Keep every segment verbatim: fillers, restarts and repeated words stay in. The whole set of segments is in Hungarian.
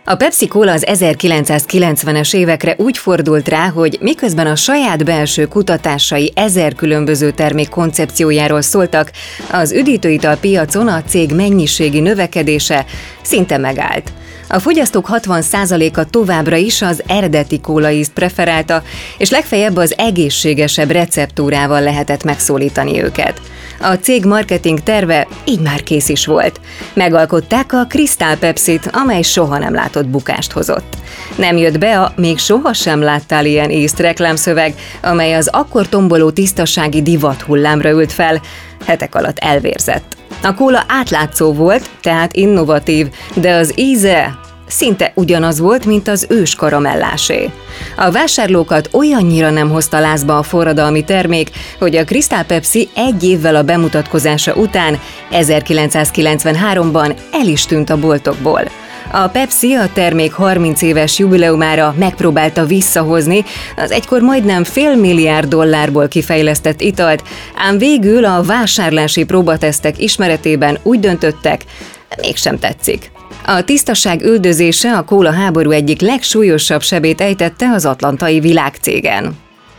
A Pepsi Cola az ezerkilencszázkilencvenes évekre úgy fordult rá, hogy miközben a saját belső kutatásai ezer különböző termék koncepciójáról szóltak, az üdítőital piacon a cég mennyiségi növekedése szinte megállt. A fogyasztók hatvan százaléka továbbra is az eredeti kólaízt preferálta, és legfeljebb az egészségesebb receptúrával lehetett megszólítani őket. A cég marketing terve így már kész is volt. Megalkották a Crystal Pepsit, amely soha nem látott bukást hozott. Nem jött be a még sohasem láttál ilyen ízt reklámszöveg, amely az akkor tomboló tisztasági divat hullámra ült fel, hetek alatt elvérzett. A kóla átlátszó volt, tehát innovatív, de az íze szinte ugyanaz volt, mint az ős karamellásé. A vásárlókat olyannyira nem hozta lázba a forradalmi termék, hogy a Crystal Pepsi egy évvel a bemutatkozása után ezerkilencszázkilencvenháromban el is tűnt a boltokból. A Pepsi a termék harminc éves jubileumára megpróbálta visszahozni az egykor majdnem fél milliárd dollárból kifejlesztett italt, ám végül a vásárlási próbatesztek ismeretében úgy döntöttek, mégsem tetszik. A tisztaság üldözése a kóla háború egyik legsúlyosabb sebét ejtette az atlantai világcégen.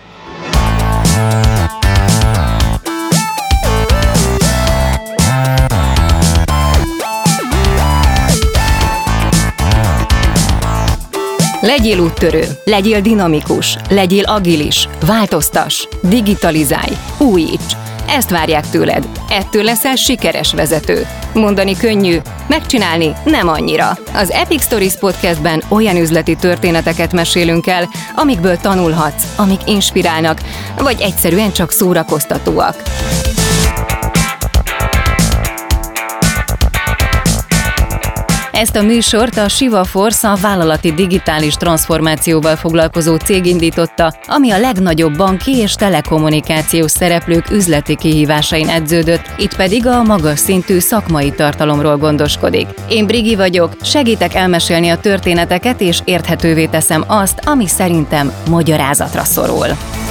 Legyél úttörő, legyél dinamikus, legyél agilis, változtass, digitalizálj, újíts. Ezt várják tőled. Ettől leszel sikeres vezető. Mondani könnyű, megcsinálni nem annyira. Az Epic Stories podcastben olyan üzleti történeteket mesélünk el, amikből tanulhatsz, amik inspirálnak, vagy egyszerűen csak szórakoztatóak. Ezt a műsort a Shiva Force, a vállalati digitális transformációval foglalkozó cég indította, ami a legnagyobb banki és telekommunikációs szereplők üzleti kihívásain edződött, itt pedig a magas szintű szakmai tartalomról gondoskodik. Én Brigi vagyok, segítek elmesélni a történeteket és érthetővé teszem azt, ami szerintem magyarázatra szorul.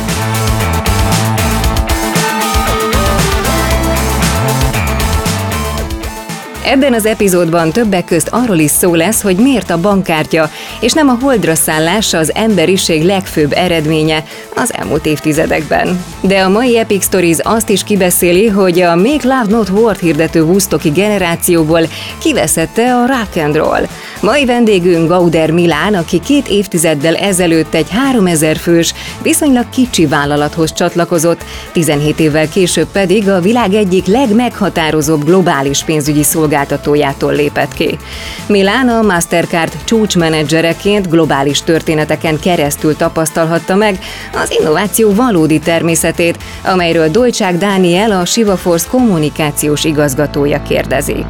Ebben az epizódban többek közt arról is szó lesz, hogy miért a bankkártya, és nem a holdra szállás az emberiség legfőbb eredménye az elmúlt évtizedekben. De a mai Epic Stories azt is kibeszéli, hogy a Make Love Not War hirdető woodstocki generációból kiveszette a rock and roll. Mai vendégünk Gauder Milán, aki két évtizeddel ezelőtt egy háromezer fős, viszonylag kicsi vállalathoz csatlakozott, tizenhét évvel később pedig a világ egyik legmeghatározóbb globális pénzügyi szolgáltatójától lépett ki. Milán a Mastercard csúcsmenedzsereként globális történeteken keresztül tapasztalhatta meg az innováció valódi természetét, amelyről Dolcsák Dániel, a Shiva Force kommunikációs igazgatója kérdezi.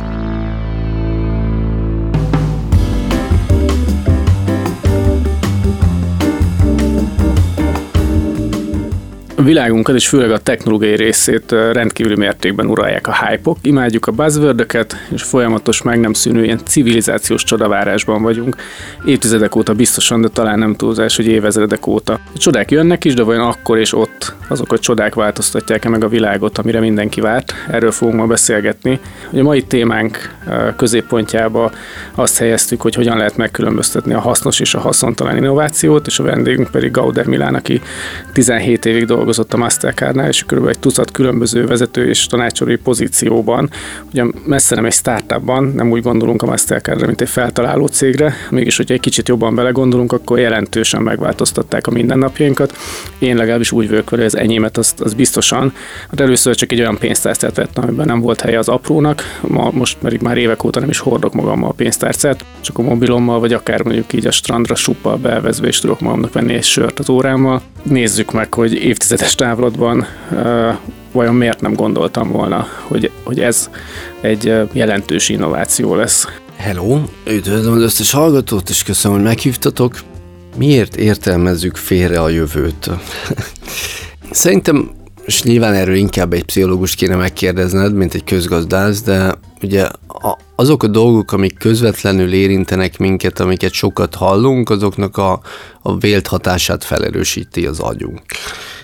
A világunkat és főleg a technológiai részét rendkívüli mértékben uralják a hype-ok, imádjuk a buzzword-öket, és folyamatos meg nem szűnő ilyen civilizációs csodavárásban vagyunk. Évtizedek óta biztosan, de talán nem túlzás, hogy évezredek óta. A csodák jönnek is, de vajon akkor és ott azok a csodák változtatják-e meg a világot, amire mindenki várt? Erről fogunk ma beszélgetni. A mai témánk középpontjába azt helyeztük, hogy hogyan lehet megkülönböztetni a hasznos és a haszontalan innovációt, és a vendégünk pedig Gauder Milán, aki tizenhét évig dolgozott a Mastercardnál, és körülbelül egy tucat különböző vezető és tanácsadói pozícióban. Ugye messze nem egy startupban, nem úgy gondolunk a Mastercardra, mint egy feltaláló cégre, mégis, hogyha egy kicsit jobban belegondolunk, akkor jelentősen megváltoztatták a mindennapjainkat. Én legalábbis úgy vagyok vele, az enyémet azt, az biztosan. Hát először csak egy olyan pénztárcát vettem, amiben nem volt helye az aprónak, ma, most pedig már évek óta nem is hordok magammal a pénztárcát, csak a mobilommal, vagy akár mondjuk így a strandra suppal bevezve, és tudok magamnak venni egy sört az órámmal. Nézzük meg, hogy évtizedes távlatban uh, vajon miért nem gondoltam volna, hogy, hogy ez egy uh, jelentős innováció lesz. Hello, üdvözlöm az összes hallgatót, és köszönöm, hogy meghívtatok. Miért értelmezzük félre a jövőt? Szerintem, és nyilván erről inkább egy pszichológust kéne megkérdezned, mint egy közgazdász, de ugye azok a dolgok, amik közvetlenül érintenek minket, amiket sokat hallunk, azoknak a, a vélt hatását felerősíti az agyunk.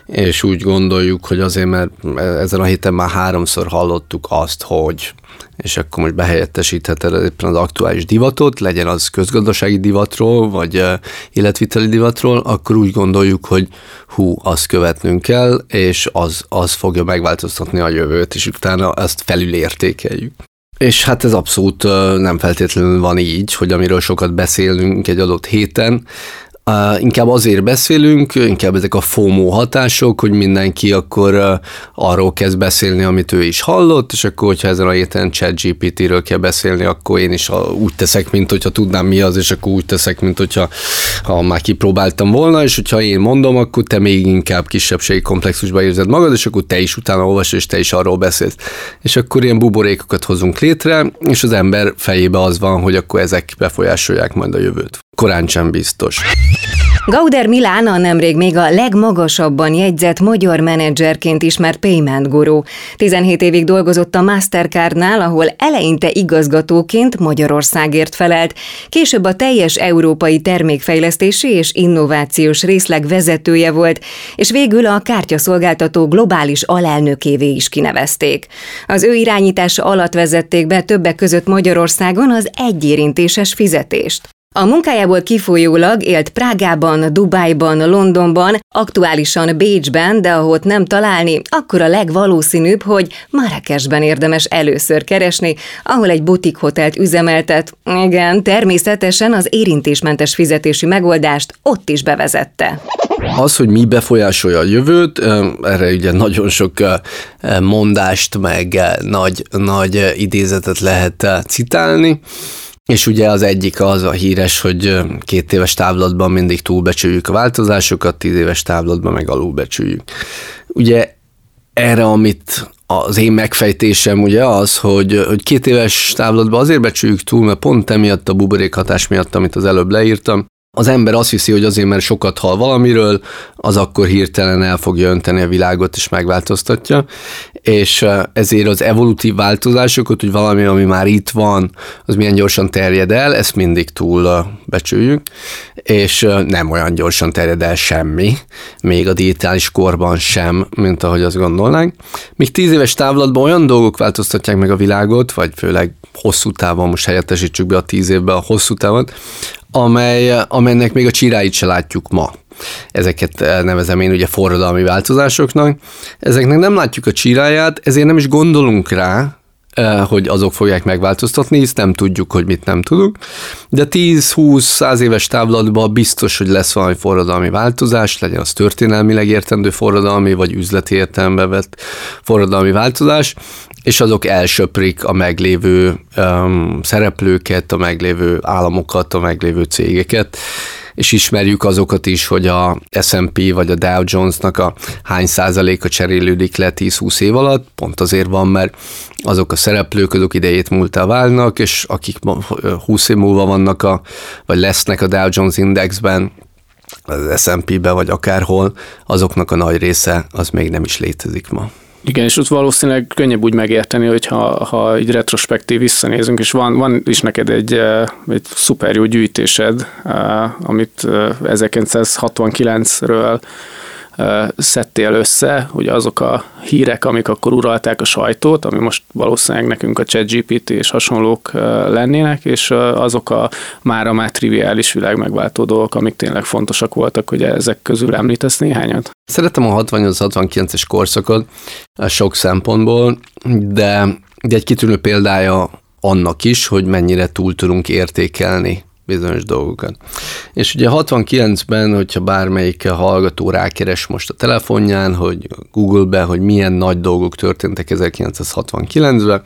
és úgy gondoljuk, hogy azért, mert ezen a héten már háromszor hallottuk azt, hogy és akkor most behelyettesítheted éppen az aktuális divatot, legyen az közgazdasági divatról, vagy életviteli divatról, akkor úgy gondoljuk, hogy hú, azt követnünk kell, és az, az fogja megváltoztatni a jövőt, és utána ezt felülértékeljük. És hát ez abszolút nem feltétlenül van így, hogy amiről sokat beszélünk egy adott héten, Uh, inkább azért beszélünk, inkább ezek a FOMO hatások, hogy mindenki akkor uh, arról kezd beszélni, amit ő is hallott, és akkor, hogyha ezen a héten ChatGPT-ről kell beszélni, akkor én is uh, úgy teszek, mint hogyha tudnám mi az, és akkor úgy teszek, mint hogyha ha már kipróbáltam volna, és hogyha én mondom, akkor te még inkább kisebbségi komplexusba érzed magad, és akkor te is utána olvasod, és te is arról beszélsz. És akkor ilyen buborékokat hozunk létre, és az ember fejébe az van, hogy akkor ezek befolyásolják majd a jövőt. Korán sem biztos. Gauder Milán a nemrég még a legmagasabban jegyzett magyar menedzserként ismert payment guru. tizenhét évig dolgozott a Mastercardnál, ahol eleinte igazgatóként Magyarországért felelt, később a teljes európai termékfejlesztési és innovációs részleg vezetője volt, és végül a kártyaszolgáltató globális alelnökévé is kinevezték. Az ő irányítása alatt vezették be többek között Magyarországon az egyérintéses fizetést. A munkájából kifolyólag élt Prágában, Dubájban, Londonban, aktuálisan Bécsben, de ahol nem találni, akkor a legvalószínűbb, hogy Marrakesben érdemes először keresni, ahol egy butik-hotelt üzemeltet. Igen, természetesen az érintésmentes fizetési megoldást ott is bevezette. Az, hogy mi befolyásolja a jövőt, erre ugye nagyon sok mondást, meg nagy, nagy idézetet lehet citálni. És ugye az egyik az a híres, hogy két éves távlatban mindig túlbecsüljük a változásokat, tíz éves távlatban meg alulbecsüljük. Ugye erre, amit az én megfejtésem ugye az, hogy, hogy két éves távlatban azért becsüljük túl, mert pont emiatt a buborékhatás miatt, amit az előbb leírtam, az ember azt hiszi, hogy azért, mert sokat hall valamiről, az akkor hirtelen el fogja önteni a világot, és megváltoztatja, és ezért az evolutív változásokat, hogy valami, ami már itt van, az milyen gyorsan terjed el, ezt mindig túl becsüljük, és nem olyan gyorsan terjed el semmi, még a digitális korban sem, mint ahogy azt gondolnánk. Míg tíz éves távlatban olyan dolgok változtatják meg a világot, vagy főleg hosszú távon, most helyettesítsük be a tíz évben a hosszú távot, amely, amelynek még a csiráit se látjuk ma. Ezeket nevezem én ugye forradalmi változásoknak. Ezeknek nem látjuk a csiráját, ezért nem is gondolunk rá, hogy azok fogják megváltoztatni, hisz nem tudjuk, hogy mit nem tudunk. De tíz-húsz-száz éves távlatban biztos, hogy lesz valami forradalmi változás, legyen az történelmileg értendő forradalmi, vagy üzleti értelembe vett forradalmi változás, és azok elsöprik a meglévő um, szereplőket, a meglévő államokat, a meglévő cégeket, és ismerjük azokat is, hogy a es and pé vagy a Dow Jonesnak a hány százaléka cserélődik le tíz-húsz év alatt, pont azért van, mert azok a szereplők, azok idejét múltá válnak, és akik húsz év múlva vannak, a, vagy lesznek a Dow Jones Indexben, az es and pé-ben, vagy akárhol, azoknak a nagy része az még nem is létezik ma. Igen, és ott valószínűleg könnyebb úgy megérteni, hogyha ha így retrospektív visszanézünk, és van, van is neked egy, egy szuper jó gyűjtésed, amit ezerkilencszázhatvankilencről szedtél össze, hogy azok a hírek, amik akkor uralták a sajtót, ami most valószínűleg nekünk a ChatGPT és hasonlók lennének, és azok a mára már triviális világ megváltó dolgok, amik tényleg fontosak voltak, hogy ezek közül említesz néhányat? Szeretem a hatvannyolc-hatvankilences korszakot sok szempontból, de, de egy kitűnő példája annak is, hogy mennyire túl tudunk értékelni bizonyos dolgokat. És ugye hatvankilencben, hogyha bármelyik hallgató rákeres most a telefonján, hogy Google-be, hogy milyen nagy dolgok történtek ezerkilencszázhatvankilencben,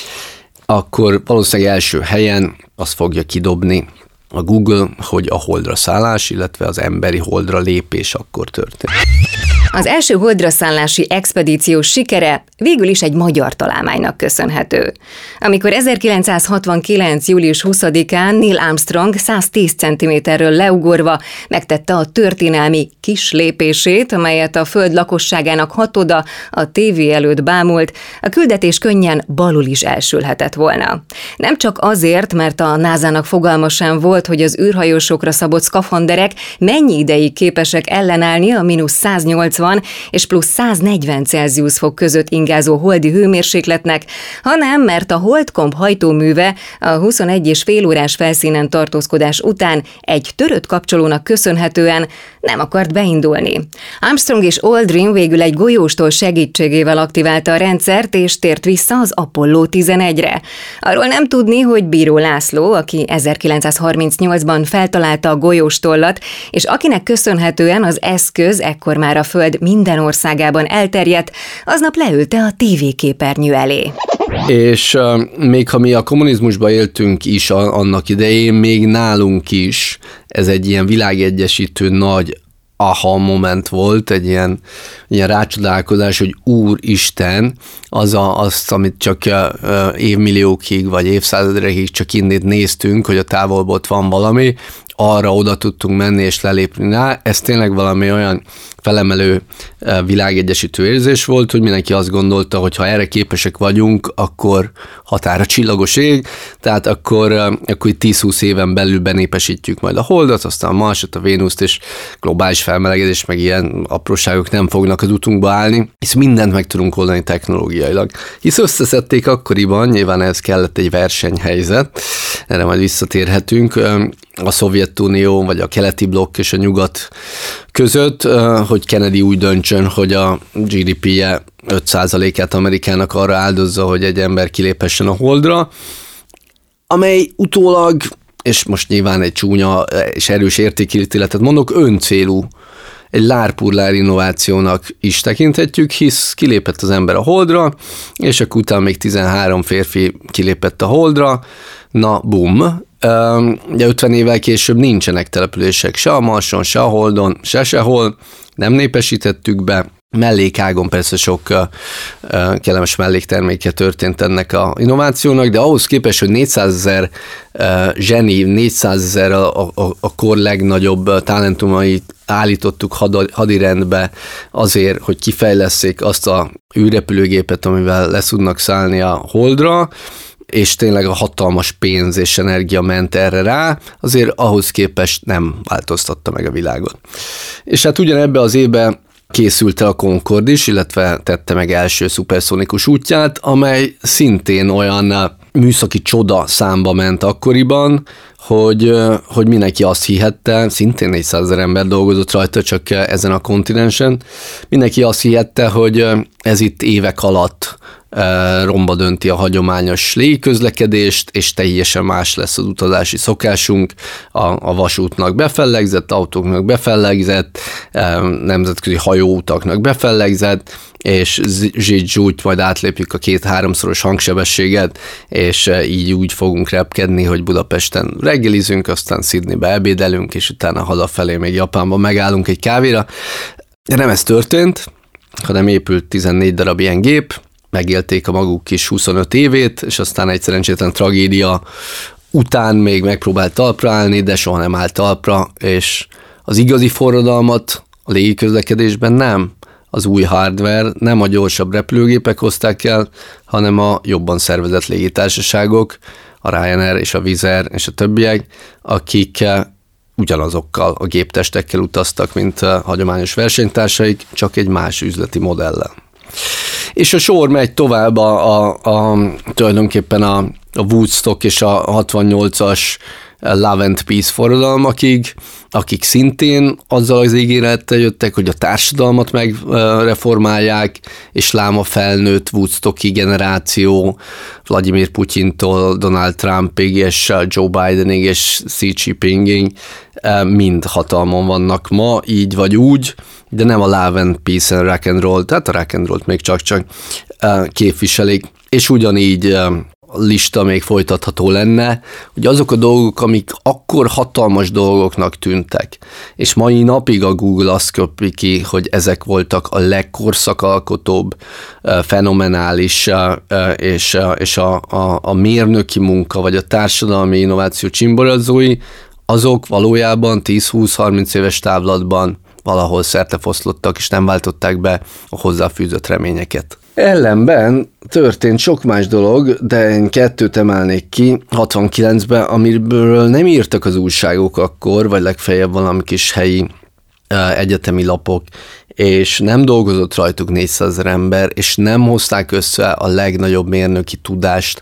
akkor valószínűleg első helyen azt fogja kidobni a Google, hogy a holdra szállás, illetve az emberi holdra lépés akkor történt. Az első holdra szállási expedíciós sikere végül is egy magyar találmánynak köszönhető. Amikor ezerkilencszázhatvankilenc. július huszadikán Neil Armstrong száztíz centiméterről leugorva megtette a történelmi kis lépését, amelyet a Föld lakosságának hatoda a tévé előtt bámult, a küldetés könnyen balul is elsülhetett volna. Nem csak azért, mert a nászának fogalma sem volt, hogy az űrhajósokra szabott szkafanderek mennyi ideig képesek ellenállni a mínusz száznyolcvan hatvan és plusz száznegyven Celsius fok között ingázó holdi hőmérsékletnek, hanem mert a Holdkomp hajtóműve a huszonegy és fél órás felszínen tartózkodás után egy törött kapcsolónak köszönhetően nem akart beindulni. Armstrong és Aldrin végül egy golyóstól segítségével aktiválta a rendszert, és tért vissza az Apollo tizenegyre. Arról nem tudni, hogy Bíró László, aki ezerkilencszázharmincnyolcban feltalálta a golyóstollat, és akinek köszönhetően az eszköz ekkor már a Föld minden országában elterjedt, aznap leülte a tévéképernyő elé. És uh, még ha mi a kommunizmusban éltünk is a, annak idején, még nálunk is ez egy ilyen világegyesítő nagy aha moment volt, egy ilyen, ilyen rácsodálkozás, hogy Úristen, az a, azt, amit csak uh, évmilliókig vagy évszázadekig csak innét néztünk, hogy a távolból ott van valami, arra oda tudtunk menni és lelépni rá. Ez tényleg valami olyan felemelő világegyesítő érzés volt, hogy mindenki azt gondolta, hogy ha erre képesek vagyunk, akkor határa csillagos ég, tehát akkor, akkor tíz-húsz éven belül benépesítjük majd a Holdat, aztán a Marsot, a Vénuszt, és globális felmelegedés, meg ilyen apróságok nem fognak az utunkba állni, hisz mindent meg tudunk oldani technológiailag. Hisz összeszedték akkoriban, nyilván ez kellett egy versenyhelyzet, erre majd visszatérhetünk, a Szovjetunió, vagy a keleti blokk és a nyugat között, hogy Kennedy úgy döntsön, hogy a gé dé pé-je öt százalékát Amerikának arra áldozza, hogy egy ember kilépessen a Holdra, amely utólag, és most nyilván egy csúnya és erős értékítéletet mondok, öncélú, egy lárpurlár innovációnak is tekinthetjük, hisz kilépett az ember a Holdra, és akkor utána még tizenhárom férfi kilépett a Holdra, na bum. Ugye ötven évvel később nincsenek települések se a Marson, se a Holdon, se sehol, nem népesítettük be. Mellékágon persze sok uh, kellemes mellékterméke történt ennek a innovációnak, de ahhoz képest, hogy négyszázezer uh, zseni, négyszázezer a, a, a kor legnagyobb talentumait állítottuk had, hadirendbe azért, hogy kifejlesszék azt a űrrepülőgépet, amivel lesz tudnak szállni a Holdra, és tényleg a hatalmas pénz és energia ment erre rá, azért ahhoz képest nem változtatta meg a világot. És hát ugyanebbe az évben készült el a Concorde is, illetve tette meg első szuperszonikus útját, amely szintén olyan műszaki csoda számba ment akkoriban, hogy, hogy mindenki azt hihette, szintén négyszázezer ember dolgozott rajta csak ezen a kontinensen, mindenki azt hihette, hogy ez itt évek alatt romba dönti a hagyományos légiközlekedést, és teljesen más lesz az utazási szokásunk, a, a vasútnak befellegzett, autóknak befellegzett, nemzetközi hajóutaknak befellegzett, és zsígy-zsúgy majd átlépjük a két-háromszoros hangsebességet, és így úgy fogunk repkedni, hogy Budapesten reggelizünk, aztán Sydneybe ebédelünk, és utána hazafelé még Japánban megállunk egy kávéra. De nem ez történt, hanem épült tizennégy darab ilyen gép, megélték a maguk kis huszonöt évét, és aztán egy szerencsétlen tragédia után még megpróbált talpra állni, de soha nem állt talpra, és az igazi forradalmat a légiközlekedésben nem az új hardware, nem a gyorsabb repülőgépek hozták el, hanem a jobban szervezett légitársaságok, a Ryanair és a Wizz Air és a többiek, akik ugyanazokkal a géptestekkel utaztak, mint a hagyományos versenytársaik, csak egy más üzleti modellel. És a sor megy tovább a, a, a tulajdonképpen a, a Woodstock és a hatvannyolcas Love and Peace forradalmakig, akik szintén azzal az ígérettel jöttek, hogy a társadalmat megreformálják, és lám a felnőtt Woodstocki generáció Vladimir Putyintól Donald Trumpig, és Joe Bidenig, és Xi Jinpingig mind hatalmon vannak ma, így vagy úgy, de nem a Love and Peace and Rock and Roll, tehát a rock and roll-t még csak-csak képviselik, és ugyanígy lista még folytatható lenne, hogy azok a dolgok, amik akkor hatalmas dolgoknak tűntek, és mai napig a Google azt köpi ki, hogy ezek voltak a legkorszakalkotóbb, fenomenális, és, és a, a, a mérnöki munka, vagy a társadalmi innováció csimborozói, azok valójában tíz-húsz-harminc éves távlatban valahol szertefoszlottak, és nem váltották be a hozzáfűzött reményeket. Ellenben történt sok más dolog, de én kettőt emelnék ki hatvankilencben, amiről nem írtak az újságok akkor, vagy legfeljebb valami kis helyi egyetemi lapok és nem dolgozott rajtuk négyszázezer ember, és nem hozták össze a legnagyobb mérnöki tudást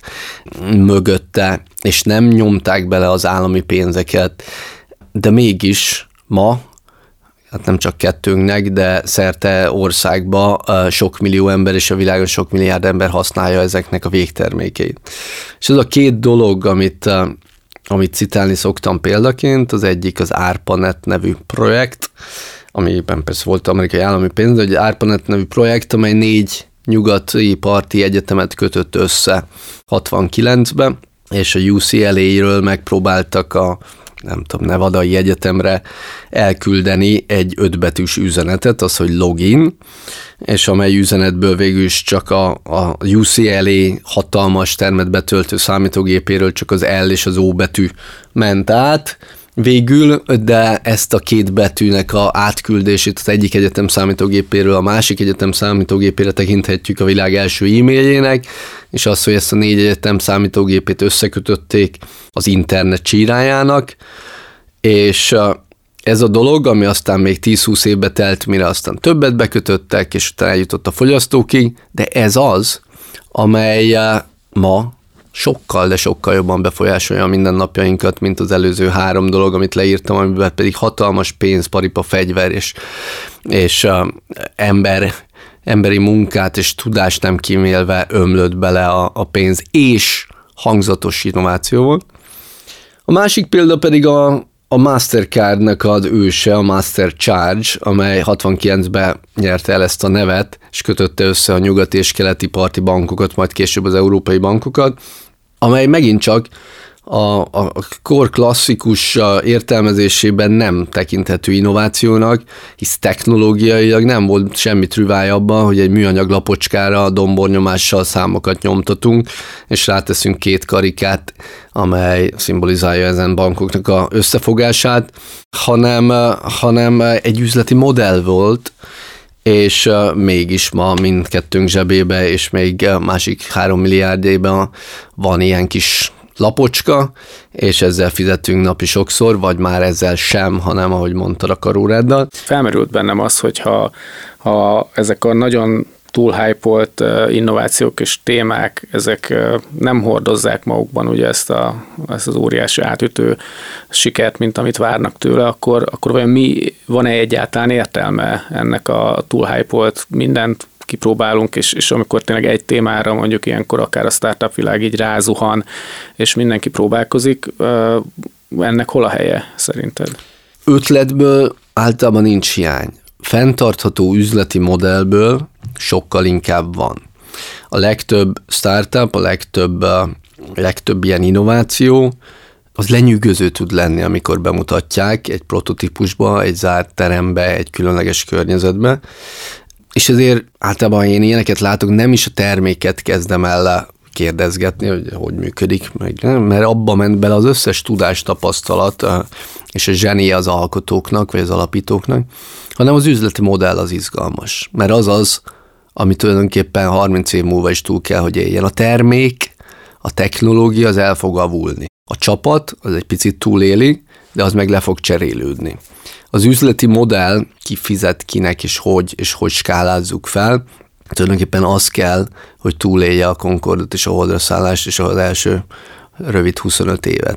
mögötte, és nem nyomták bele az állami pénzeket, de mégis ma, hát nem csak kettőnknek, de szerte országba sok millió ember és a világon sok milliárd ember használja ezeknek a végtermékeit. És ez a két dolog, amit, amit citálni szoktam példaként, az egyik az ARPANET nevű projekt, amiben persze volt amerikai állami pénz, de egy ARPANET nevű projekt, amely négy nyugati parti egyetemet kötött össze hatvankilencben, és a U C L A-ről megpróbáltak a nem tudom, Nevadai Egyetemre elküldeni egy ötbetűs üzenetet, az, hogy login, és amely üzenetből végül is csak a, a U C L A hatalmas termet betöltő számítógépéről csak az L és az O betű ment át, végül, de ezt a két betűnek a átküldését az egyik egyetem számítógépéről a másik egyetem számítógépére tekinthetjük a világ első e-mailjének, és az, hogy ezt a négy egyetem számítógépét összekötötték az internet csírájának, és ez a dolog, ami aztán még tíz-húsz évbe telt, mire aztán többet bekötöttek, és utána eljutott a fogyasztókig, de ez az, amely ma sokkal, de sokkal jobban befolyásolja a mindennapjainkat, mint az előző három dolog, amit leírtam, amiben pedig hatalmas pénz, paripa, fegyver és, és uh, ember, emberi munkát és tudást nem kímélve ömlött bele a, a pénz és hangzatos innováció volt. A másik példa pedig a, a Mastercardnak az őse, a Master Charge, amely hatvankilencben nyerte el ezt a nevet, és kötötte össze a nyugati és keleti parti bankokat, majd később az európai bankokat, amely megint csak a, a kor klasszikus értelmezésében nem tekinthető innovációnak, hisz technológiailag nem volt semmi trüvája abban, hogy egy műanyag lapocskára dombornyomással számokat nyomtatunk, és ráteszünk két karikát, amely szimbolizálja ezen bankoknak a összefogását, hanem, hanem egy üzleti modell volt, és uh, mégis ma mindkettőnk zsebébe, és még másik három milliárdjében van ilyen kis lapocska, és ezzel fizetünk napi sokszor, vagy már ezzel sem, hanem ahogy mondtad a karóráddal. Felmerült bennem az, hogyha ha ezek a nagyon túl hype-olt innovációk és témák, ezek nem hordozzák magukban ugye ezt, a, ezt az óriási átütő sikert, mint amit várnak tőle, akkor, akkor vajon mi, van-e egyáltalán értelme ennek a túl hype-olt, mindent kipróbálunk, és, és amikor tényleg egy témára mondjuk ilyenkor akár a startup világ így rázuhan, és mindenki próbálkozik, ennek hol a helye szerinted? Ötletből általában nincs hiány. Fenntartható üzleti modellből sokkal inkább van. A legtöbb startup, a legtöbb, a legtöbb ilyen innováció, az lenyűgöző tud lenni, amikor bemutatják egy prototípusba, egy zárt terembe, egy különleges környezetbe, és ezért általában, ha én ilyeneket látok, nem is a terméket kezdem el kérdezgetni, hogy hogy működik, mert abba ment bele az összes tudás, tapasztalat, és a zseni az alkotóknak, vagy az alapítóknak, hanem az üzleti modell az izgalmas, mert az az, ami tulajdonképpen harminc év múlva is túl kell, hogy éljen. A termék, a technológia az el fog avulni. A csapat az egy picit túléli, de az meg le fog cserélődni. Az üzleti modell ki fizet kinek és hogy, és hogy skálázzuk fel, tulajdonképpen az kell, hogy túlélje a Concordot és a Holdra szállást és az első rövid huszonöt évet.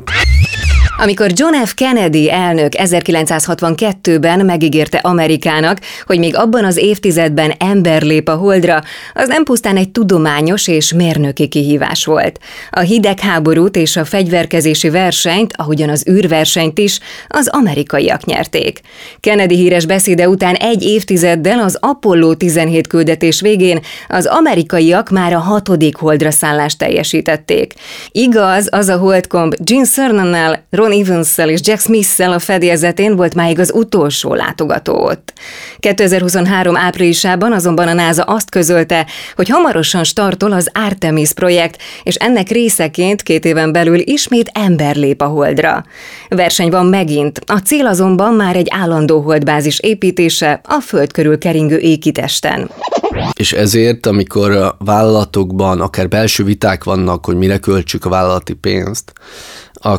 Amikor John F. Kennedy elnök ezerkilencszázhatvankettőben megígérte Amerikának, hogy még abban az évtizedben ember lép a Holdra, az nem pusztán egy tudományos és mérnöki kihívás volt. A hidegháborút és a fegyverkezési versenyt, ahogyan az űrversenyt is, az amerikaiak nyerték. Kennedy híres beszéde után egy évtizeddel az Apollo tizenhét küldetés végén az amerikaiak már a hatodik Holdra szállást teljesítették. Igaz, az a holdkomb Gene Cernannel, Ron Evans-szel és Jack Smith-szel a fedélzetén volt máig az utolsó látogató ott. kétezer-huszonhárom áprilisában azonban a NASA azt közölte, hogy hamarosan startol az Artemis projekt, és ennek részeként két éven belül ismét ember lép a Holdra. Verseny van megint, a cél azonban már egy állandó holdbázis építése a Föld körül keringő ékitesten. És ezért, amikor a vállalatokban akár belső viták vannak, hogy mire költsük a vállalati pénzt,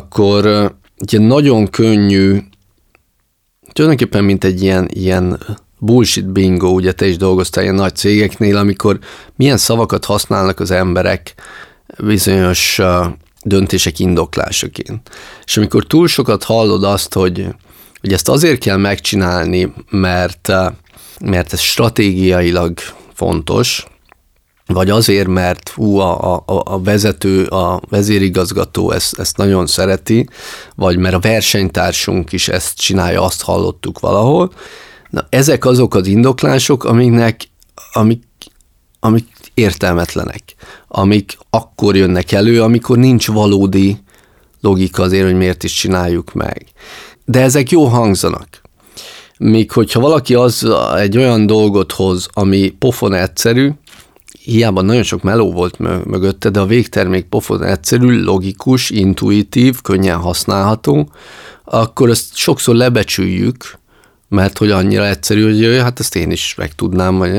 akkor ugye nagyon könnyű, tulajdonképpen mint egy ilyen, ilyen bullshit bingo, ugye te is dolgoztál ilyen nagy cégeknél, amikor milyen szavakat használnak az emberek bizonyos döntések indoklásaként. És amikor túl sokat hallod azt, hogy, hogy ezt azért kell megcsinálni, mert, mert ez stratégiailag fontos, vagy azért, mert hú, a, a, a vezető, a vezérigazgató ezt, ezt nagyon szereti, vagy mert a versenytársunk is ezt csinálja, azt hallottuk valahol. Na, ezek azok az indoklások, amiknek, amik, amik értelmetlenek, amik akkor jönnek elő, amikor nincs valódi logika azért, hogy miért is csináljuk meg. De ezek jó hangzanak. Míg hogyha valaki az egy olyan dolgot hoz, ami pofon egyszerű, hiába nagyon sok meló volt mögötte, de a végtermék pofon egyszerű, logikus, intuitív, könnyen használható, akkor ezt sokszor lebecsüljük, mert hogy annyira egyszerű, hogy hát ezt én is meg tudnám, vagy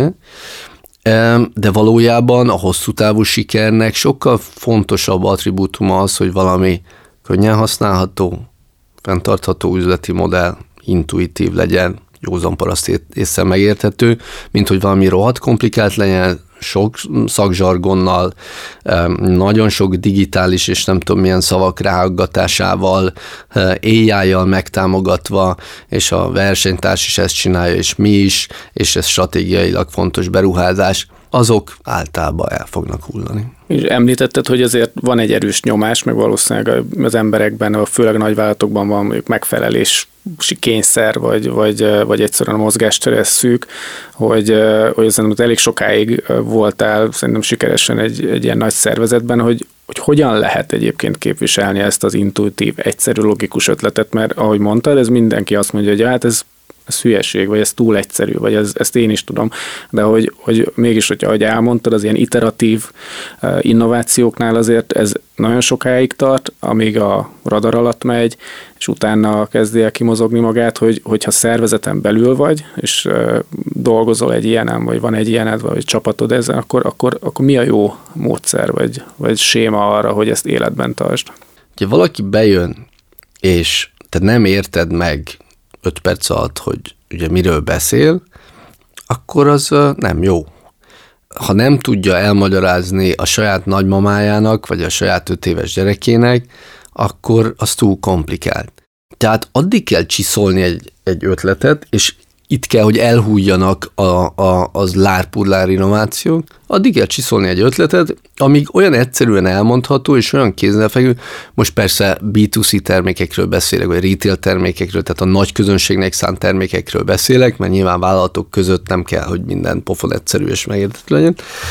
de valójában a hosszú távú sikernek sokkal fontosabb attribútuma az, hogy valami könnyen használható, fenntartható üzleti modell, intuitív legyen, józan paraszt észre megérthető, mint hogy valami rohadt komplikált legyen, sok szakzsargonnal, nagyon sok digitális és nem tudom milyen szavak ráaggatásával, á í-jal megtámogatva, és a versenytárs is ezt csinálja, és mi is, és ez stratégiailag fontos beruházás, azok általában el fognak hullani. És említetted, hogy azért van egy erős nyomás, meg valószínűleg az emberekben, főleg a nagyvállalatokban van mondjuk megfelelési kényszer, vagy, vagy, vagy egyszerűen a mozgástere szűk, hogy, hogy szerintem elég sokáig voltál szerintem sikeresen egy, egy ilyen nagy szervezetben, hogy, hogy hogyan lehet egyébként képviselni ezt az intuitív, egyszerű, logikus ötletet, mert ahogy mondtad, ez mindenki azt mondja, hogy hát ez ez hülyeség, vagy ez túl egyszerű, vagy ez, ezt én is tudom, de hogy, hogy mégis, hogyha ahogy elmondtad, az ilyen iteratív innovációknál azért ez nagyon sokáig tart, amíg a radar alatt megy, és utána kezdi el kimozogni magát, hogy, hogyha szervezeten belül vagy, és dolgozol egy ilyenen, vagy van egy ilyened, vagy csapatod ezen, akkor, akkor, akkor mi a jó módszer, vagy, vagy séma arra, hogy ezt életben tartsd? Ha valaki bejön, és te nem érted meg öt perc alatt, hogy ugye miről beszél, akkor az nem jó. Ha nem tudja elmagyarázni a saját nagymamájának, vagy a saját öt éves gyerekének, akkor az túl komplikált. Tehát addig kell csiszolni egy, egy ötletet, és itt kell, hogy elhújjanak a, a, az lárpullár innovációk, addig kell csiszolni egy ötletet, amíg olyan egyszerűen elmondható, és olyan kézzelfekvő, most persze bé kettő cé termékekről beszélek, vagy retail termékekről, tehát a nagy közönségnek szánt termékekről beszélek, mert nyilván vállalatok között nem kell, hogy minden pofon egyszerű és megérthető legyen.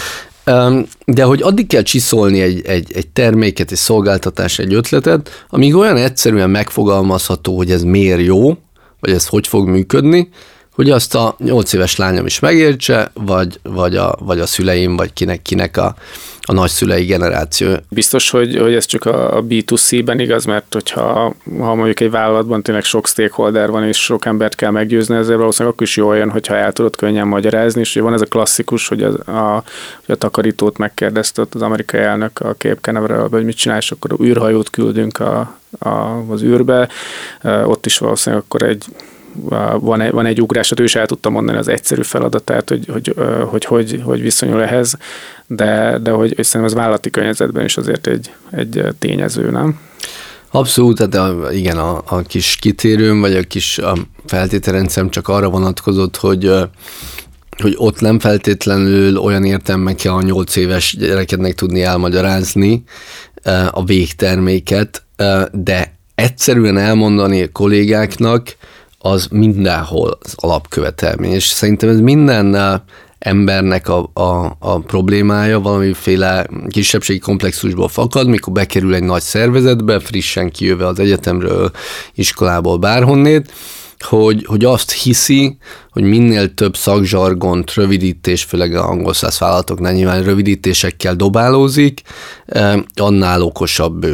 De hogy addig kell csiszolni egy, egy, egy terméket, egy szolgáltatás, egy ötletet, amíg olyan egyszerűen megfogalmazható, hogy ez miért jó, vagy ez hogy fog működni, hogy azt a nyolc éves lányom is megértse, vagy, vagy, a, vagy a szüleim, vagy kinek-kinek a, a nagyszülei generáció. Biztos, hogy, hogy ez csak a bé kettő cé-ben igaz, mert hogyha ha mondjuk egy vállalatban tényleg sok stakeholder van, és sok embert kell meggyőzni, ezért valószínűleg akkor is jól jön, hogyha el tudod könnyen magyarázni, és van ez a klasszikus, hogy a, a, hogy a takarítót megkérdezte az amerikai elnök a Cape Canaveral, hogy mit csinál, és akkor űrhajót küldünk a, a, az űrbe. Ott is valószínűleg akkor egy Van egy, van egy ugrás, ő is el tudta mondani az egyszerű feladatát, hogy hogy, hogy, hogy, hogy viszonyul ehhez, de, de hogy, hogy szerintem az vállalati környezetben is azért egy, egy tényező, nem? Abszolút, de igen, a, a kis kitérőm, vagy a kis a feltételrendszerem csak arra vonatkozott, hogy hogy ott nem feltétlenül olyan értelme kell a nyolc éves gyerekednek tudni elmagyarázni a végterméket, de egyszerűen elmondani a kollégáknak, az mindenhol az alapkövetelmény, és szerintem ez minden embernek a, a, a problémája, valamiféle kisebbségi komplexusból fakad, mikor bekerül egy nagy szervezetbe, frissen kijöve az egyetemről, iskolából, bárhonnét, hogy, hogy azt hiszi, hogy minél több szakzsargont, rövidítés, főleg az angol száz vállalatoknál nyilván rövidítésekkel dobálózik, annál okosabb ő.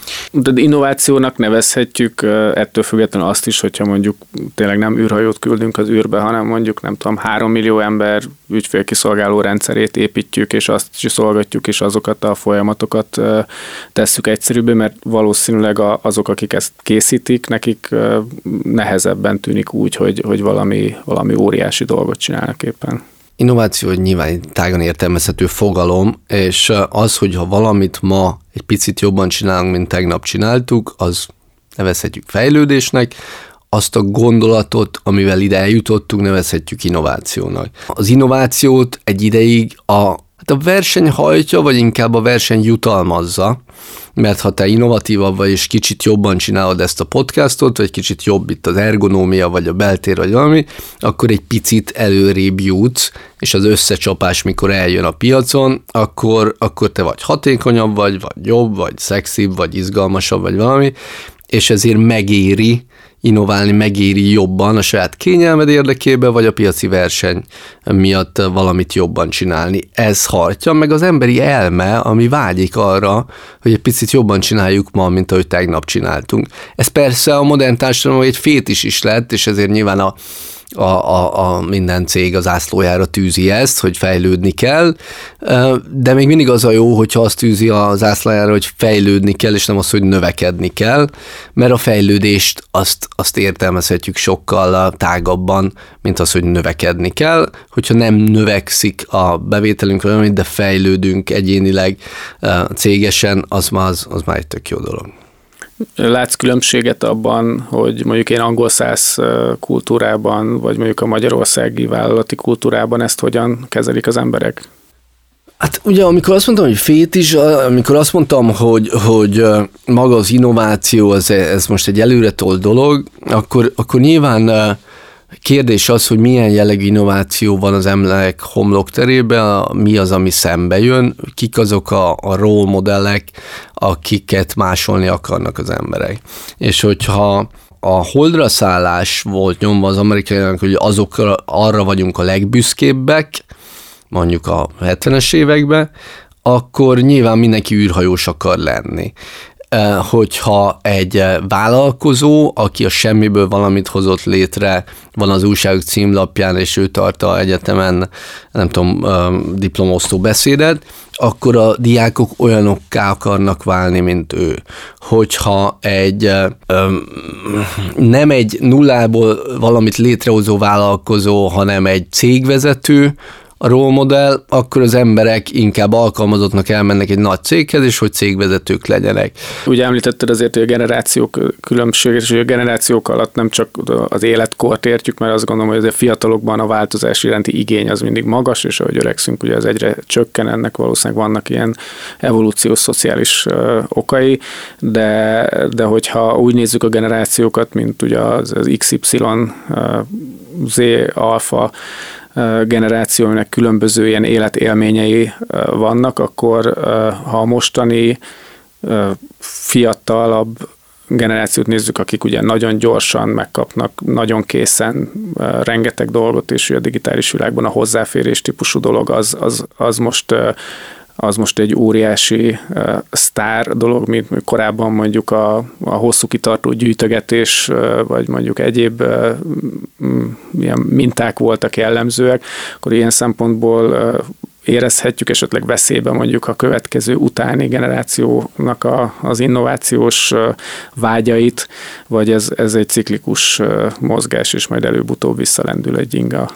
De innovációnak nevezhetjük ettől függetlenül azt is, hogyha mondjuk tényleg nem űrhajót küldünk az űrbe, hanem mondjuk nem tudom, három millió ember ügyfélkiszolgáló rendszerét építjük, és azt is szolgatjuk, és azokat a folyamatokat tesszük egyszerűbbé, mert valószínűleg azok, akik ezt készítik, nekik nehezebben tűnik úgy, hogy, hogy valami, valami óriási dolgot csinálnak éppen. Innováció egy nyilván tágan értelmezhető fogalom, és az, hogyha valamit ma egy picit jobban csinálunk, mint tegnap csináltuk, az nevezhetjük fejlődésnek, azt a gondolatot, amivel ide eljutottunk, nevezhetjük innovációnak. Az innovációt egy ideig a, hát a verseny hajtja, vagy inkább a verseny jutalmazza, mert ha te innovatívabb vagy, és kicsit jobban csinálod ezt a podcastot, vagy kicsit jobb itt az ergonómia, vagy a beltér, vagy valami, akkor egy picit előrébb jutsz, és az összecsapás, mikor eljön a piacon, akkor, akkor te vagy hatékonyabb vagy, vagy jobb, vagy szexibb, vagy izgalmasabb, vagy valami, és ezért megéri innoválni, megéri jobban a saját kényelmed érdekében, vagy a piaci verseny miatt valamit jobban csinálni. Ez hartja meg az emberi elme, ami vágyik arra, hogy egy picit jobban csináljuk ma, mint ahogy tegnap csináltunk. Ez persze a modern társadalomban egy fétis is lett, és ezért nyilván a A, a, a minden cég az ászlójára tűzi ezt, hogy fejlődni kell, de még mindig az a jó, hogyha azt tűzi az ászlójára, hogy fejlődni kell, és nem az, hogy növekedni kell, mert a fejlődést azt, azt értelmezhetjük sokkal tágabban, mint az, hogy növekedni kell. Hogyha nem növekszik a bevételünk, de fejlődünk egyénileg, cégesen, az már, az, az már egy tök jó dolog. Látsz különbséget abban, hogy mondjuk én angol-szász kultúrában, vagy mondjuk a magyarországi vállalati kultúrában ezt hogyan kezelik az emberek? Hát ugye, amikor azt mondtam, hogy fétis, amikor azt mondtam, hogy, hogy maga az innováció, ez, ez most egy előretolt dolog, akkor, akkor nyilván kérdés az, hogy milyen jellegű innováció van az emberek homlokterében, mi az, ami szembe jön, kik azok a, a role modellek, akiket másolni akarnak az emberek. És hogyha a holdra szállás volt nyomva az amerikaiak, hogy azokra arra vagyunk a legbüszkébbek, mondjuk a hetvenes években, akkor nyilván mindenki űrhajós akar lenni. Hogyha egy vállalkozó, aki a semmiből valamit hozott létre, van az újságok címlapján, és ő tart a egyetemen, nem tudom, diplomosztó beszédet, akkor a diákok olyanokká akarnak válni, mint ő. Hogyha egy nem egy nullából valamit létrehozó vállalkozó, hanem egy cégvezető, a role modell, akkor az emberek inkább alkalmazottnak elmennek egy nagy céghez, és hogy cégvezetők legyenek. Ugye említetted azért, hogy a generációk különbség, és hogy a generációk alatt nem csak az életkort értjük, mert azt gondolom, hogy a fiatalokban a változás iránti igény az mindig magas, és ahogy öregszünk, ugye az egyre csökken, ennek valószínűleg vannak ilyen evolúciós, szociális okai, de, de hogyha úgy nézzük a generációkat, mint ugye az, az iksz ipszilon, Z, alfa, generációnak különböző ilyen életélményei vannak, akkor ha a mostani fiatalabb generációt nézzük, akik ugye nagyon gyorsan megkapnak, nagyon készen rengeteg dolgot, és a digitális világban a hozzáférés típusú dolog az, az, az most az most egy óriási uh, sztár dolog, mint korábban mondjuk a, a hosszú kitartó gyűjtögetés, uh, vagy mondjuk egyéb uh, ilyen minták voltak jellemzőek, akkor ilyen szempontból uh, érezhetjük esetleg veszélybe mondjuk a következő utáni generációnak a, az innovációs uh, vágyait, vagy ez, ez egy ciklikus uh, mozgás, és majd előbb-utóbb visszalendül egy inga.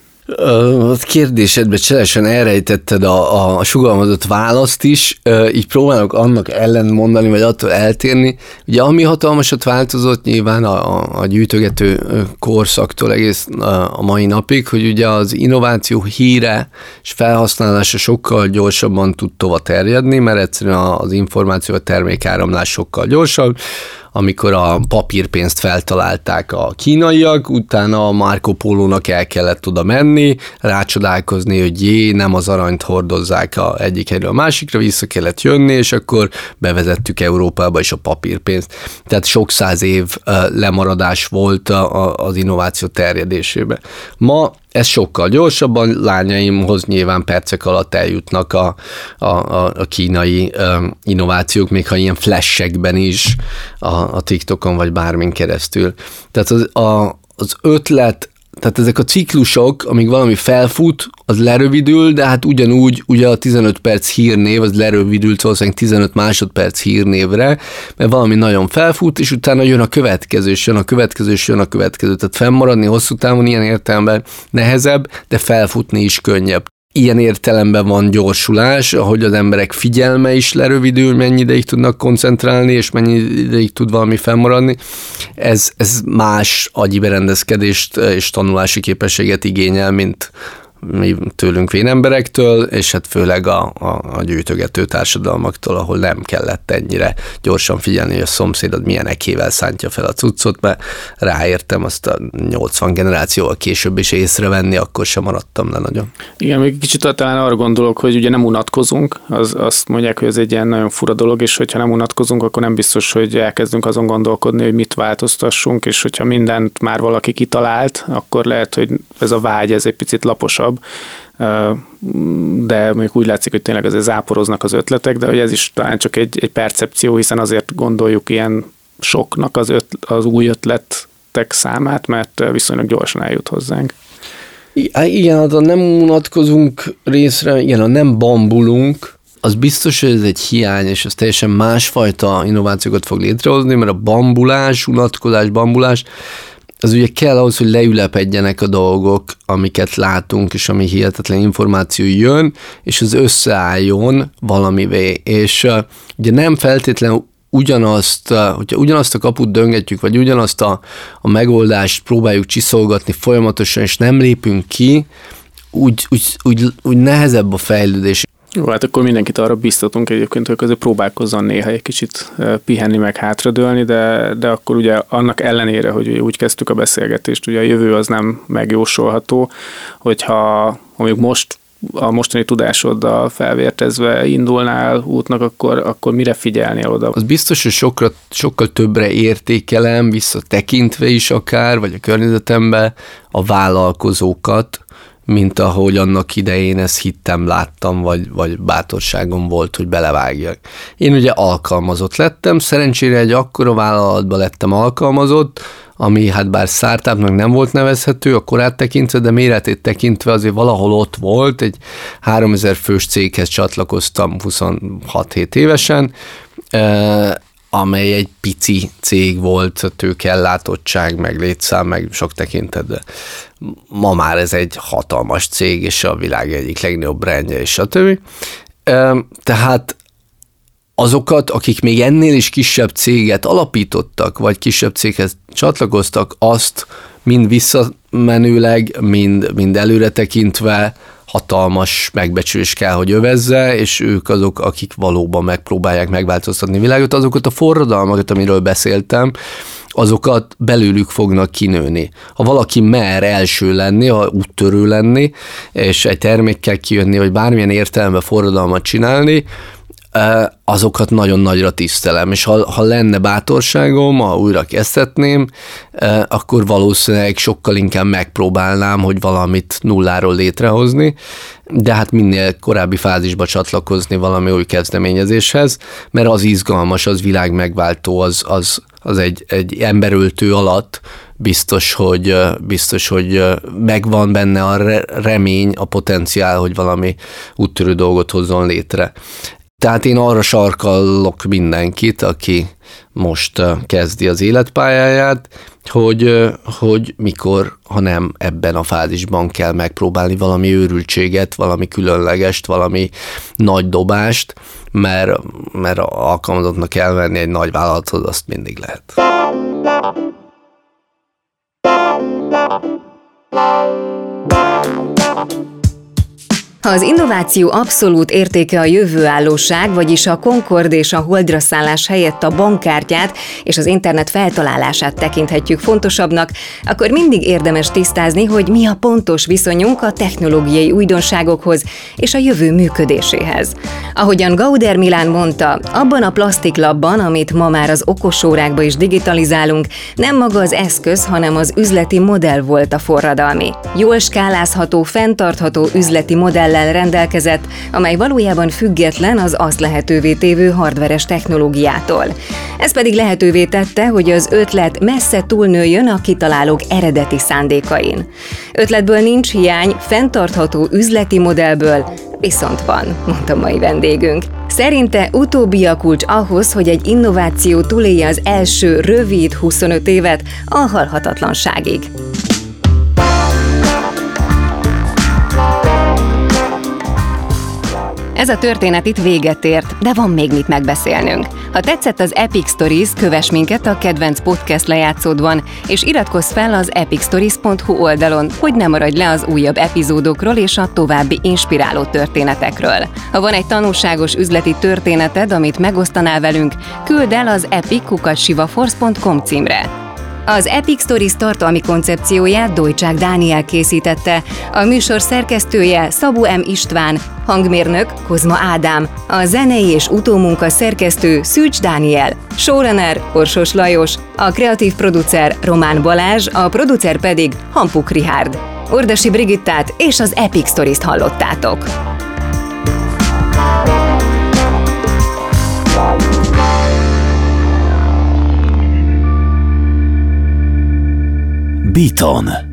A kérdésedbe cselesen elrejtetted a, a sugalmazott választ is, így próbálok annak ellen mondani, vagy attól eltérni. Ugye ami hatalmasat változott nyilván a, a gyűjtögető korszaktól egész a mai napig, hogy ugye az innováció híre és felhasználása sokkal gyorsabban tud tovább terjedni, mert egyszerűen az információ, a termékáramlás sokkal gyorsabb. Amikor a papírpénzt feltalálták a kínaiak, utána a Marco Polónak el kellett oda menni, rácsodálkozni, hogy jé, nem az aranyt hordozzák a egyik helyről a másikra, vissza kellett jönni, és akkor bevezettük Európába is a papírpénzt. Tehát sok száz év lemaradás volt az innováció terjedésében. Ma Ez sokkal gyorsabban, lányaimhoz nyilván percek alatt eljutnak a, a, a, a kínai um, innovációk, még ha ilyen flashekben is a, a TikTokon vagy bármin keresztül. Tehát az, a, az ötlet, tehát ezek a ciklusok, amíg valami felfut, az lerövidül, de hát ugyanúgy ugye a tizenöt perc hírnév, az lerövidült valószínűleg tizenöt másodperc hírnévre, mert valami nagyon felfut, és utána jön a következő, és jön a következő, és jön a következő. Tehát fennmaradni hosszú távon ilyen értelemben nehezebb, de felfutni is könnyebb. Ilyen értelemben van gyorsulás, ahogy az emberek figyelme is lerövidül, mennyi ideig tudnak koncentrálni, és mennyi ideig tud valami fennmaradni. Ez, ez más agyi berendezkedést és tanulási képességet igényel, mint mi tőlünk vén emberektől, és hát főleg a, a, a gyűjtögető társadalmaktól, ahol nem kellett ennyire gyorsan figyelni, hogy a szomszédod milyen ekével szántja fel a cuccot, mert ráértem azt a nyolcvan generációval később is észrevenni, akkor sem maradtam le nagyon. Igen, még kicsit talán arra gondolok, hogy ugye nem unatkozunk, az, azt mondják, hogy ez egy ilyen nagyon fura dolog, és hogyha nem unatkozunk, akkor nem biztos, hogy elkezdünk azon gondolkodni, hogy mit változtassunk, és hogyha mindent már valaki kitalált, akkor lehet, hogy ez a vágy, ez egy picit laposabb, de még úgy látszik, hogy tényleg azért záporoznak az ötletek, de hogy ez is talán csak egy, egy percepció, hiszen azért gondoljuk ilyen soknak az, öt, az új ötletek számát, mert viszonylag gyorsan eljut hozzánk. Igen, hát a nem unatkozunk részre, igen, a nem bambulunk, az biztos, hogy ez egy hiány, és ez teljesen másfajta innovációkat fog létrehozni, mert a bambulás, unatkozás, bambulás, az ugye kell ahhoz, hogy leülepedjenek a dolgok, amiket látunk, és ami hihetetlen információ jön, és az összeálljon valamivé. És uh, ugye nem feltétlenül ugyanazt, uh, hogyha ugyanazt a kaput döngetjük, vagy ugyanazt a, a megoldást próbáljuk csiszolgatni folyamatosan, és nem lépünk ki, úgy, úgy, úgy, úgy nehezebb a fejlődés. Jó, hát akkor mindenkit arra biztatunk egyébként, hogy közben próbálkozzon néha egy kicsit pihenni, meg hátradőlni, de, de akkor ugye annak ellenére, hogy úgy kezdtük a beszélgetést, ugye a jövő az nem megjósolható, hogyha mondjuk most a mostani tudásoddal felvértezve indulnál útnak, akkor, akkor mire figyelnél oda? Az biztos, hogy sokkal, sokkal többre értékelem, visszatekintve is akár, vagy a környezetembe a vállalkozókat, mint ahogy annak idején ezt hittem, láttam, vagy, vagy bátorságom volt, hogy belevágjak. Én ugye alkalmazott lettem, szerencsére egy akkora vállalatban lettem alkalmazott, ami hát bár startupnak nem volt nevezhető, a korát tekintve, de méretét tekintve azért valahol ott volt, egy háromezer fős céghez csatlakoztam huszonhat-hét évesen, amely egy pici cég volt, tőkeellátottság, meg létszám, meg sok tekintetben. Ma már ez egy hatalmas cég, és a világ egyik legnagyobb brandje, és stb. Tehát azokat, akik még ennél is kisebb céget alapítottak, vagy kisebb céghez csatlakoztak, azt mind visszamenőleg, mind, mind előre tekintve hatalmas megbecsülés kell, hogy övezze, és ők azok, akik valóban megpróbálják megváltoztatni a világot, azokat a forradalmakat, amiről beszéltem, azokat belőlük fognak kinőni. Ha valaki mer első lenni, ha úttörő lenni, és egy termékkel kijönni, vagy bármilyen értelemben forradalmat csinálni, azokat nagyon nagyra tisztelem, és ha, ha lenne bátorságom, ha újra kezdhetném, akkor valószínűleg sokkal inkább megpróbálnám, hogy valamit nulláról létrehozni, de hát minél korábbi fázisba csatlakozni valami új kezdeményezéshez, mert az izgalmas, az világ megváltó, az, az, az egy, egy emberöltő alatt biztos, hogy, biztos, hogy megvan benne a remény, a potenciál, hogy valami úttörő dolgot hozzon létre. Tehát én arra sarkallok mindenkit, aki most kezdi az életpályáját, hogy, hogy mikor, ha nem ebben a fázisban kell megpróbálni valami őrültséget, valami különlegest, valami nagy dobást, mert, mert alkalmazottnak elmenni egy nagy vállalathoz, azt mindig lehet. Ha az innováció abszolút értéke a jövőállóság, vagyis a Concorde és a Holdra szállás helyett a bankkártyát és az internet feltalálását tekinthetjük fontosabbnak, akkor mindig érdemes tisztázni, hogy mi a pontos viszonyunk a technológiai újdonságokhoz és a jövő működéséhez. Ahogyan Gauder Milán mondta, abban a plastiklabban, amit ma már az okosórákba is digitalizálunk, nem maga az eszköz, hanem az üzleti modell volt a forradalmi. Jól skálázható, fenntartható üzleti modell rendelkezett, amely valójában független az azt lehetővé tévő hardveres technológiától. Ez pedig lehetővé tette, hogy az ötlet messze túlnőjön a kitalálók eredeti szándékain. Ötletből nincs hiány, fenntartható üzleti modellből viszont van, mondta mai vendégünk. Szerinte utóbbi a kulcs ahhoz, hogy egy innováció túlélje az első rövid huszonöt évet a halhatatlanságig. Ez a történet itt véget ért, de van még mit megbeszélnünk. Ha tetszett az Epic Stories, kövess minket a kedvenc podcast lejátszódban, és iratkozz fel az epic stories pont hu oldalon, hogy ne maradj le az újabb epizódokról és a további inspiráló történetekről. Ha van egy tanulságos üzleti történeted, amit megosztanál velünk, küldd el az epic kukac sivaforce pont com címre. Az Epic Stories tartalmi koncepcióját Dojcsák Dániel készítette, a műsor szerkesztője Szabó M. István, hangmérnök Kozma Ádám, a zenei és utómunka szerkesztő Szűcs Dániel, showrunner Orsos Lajos, a kreatív producer Román Balázs, a producer pedig Hampuk Richárd. Ordasi Brigittát és az Epic Stories-t hallottátok. Beaton.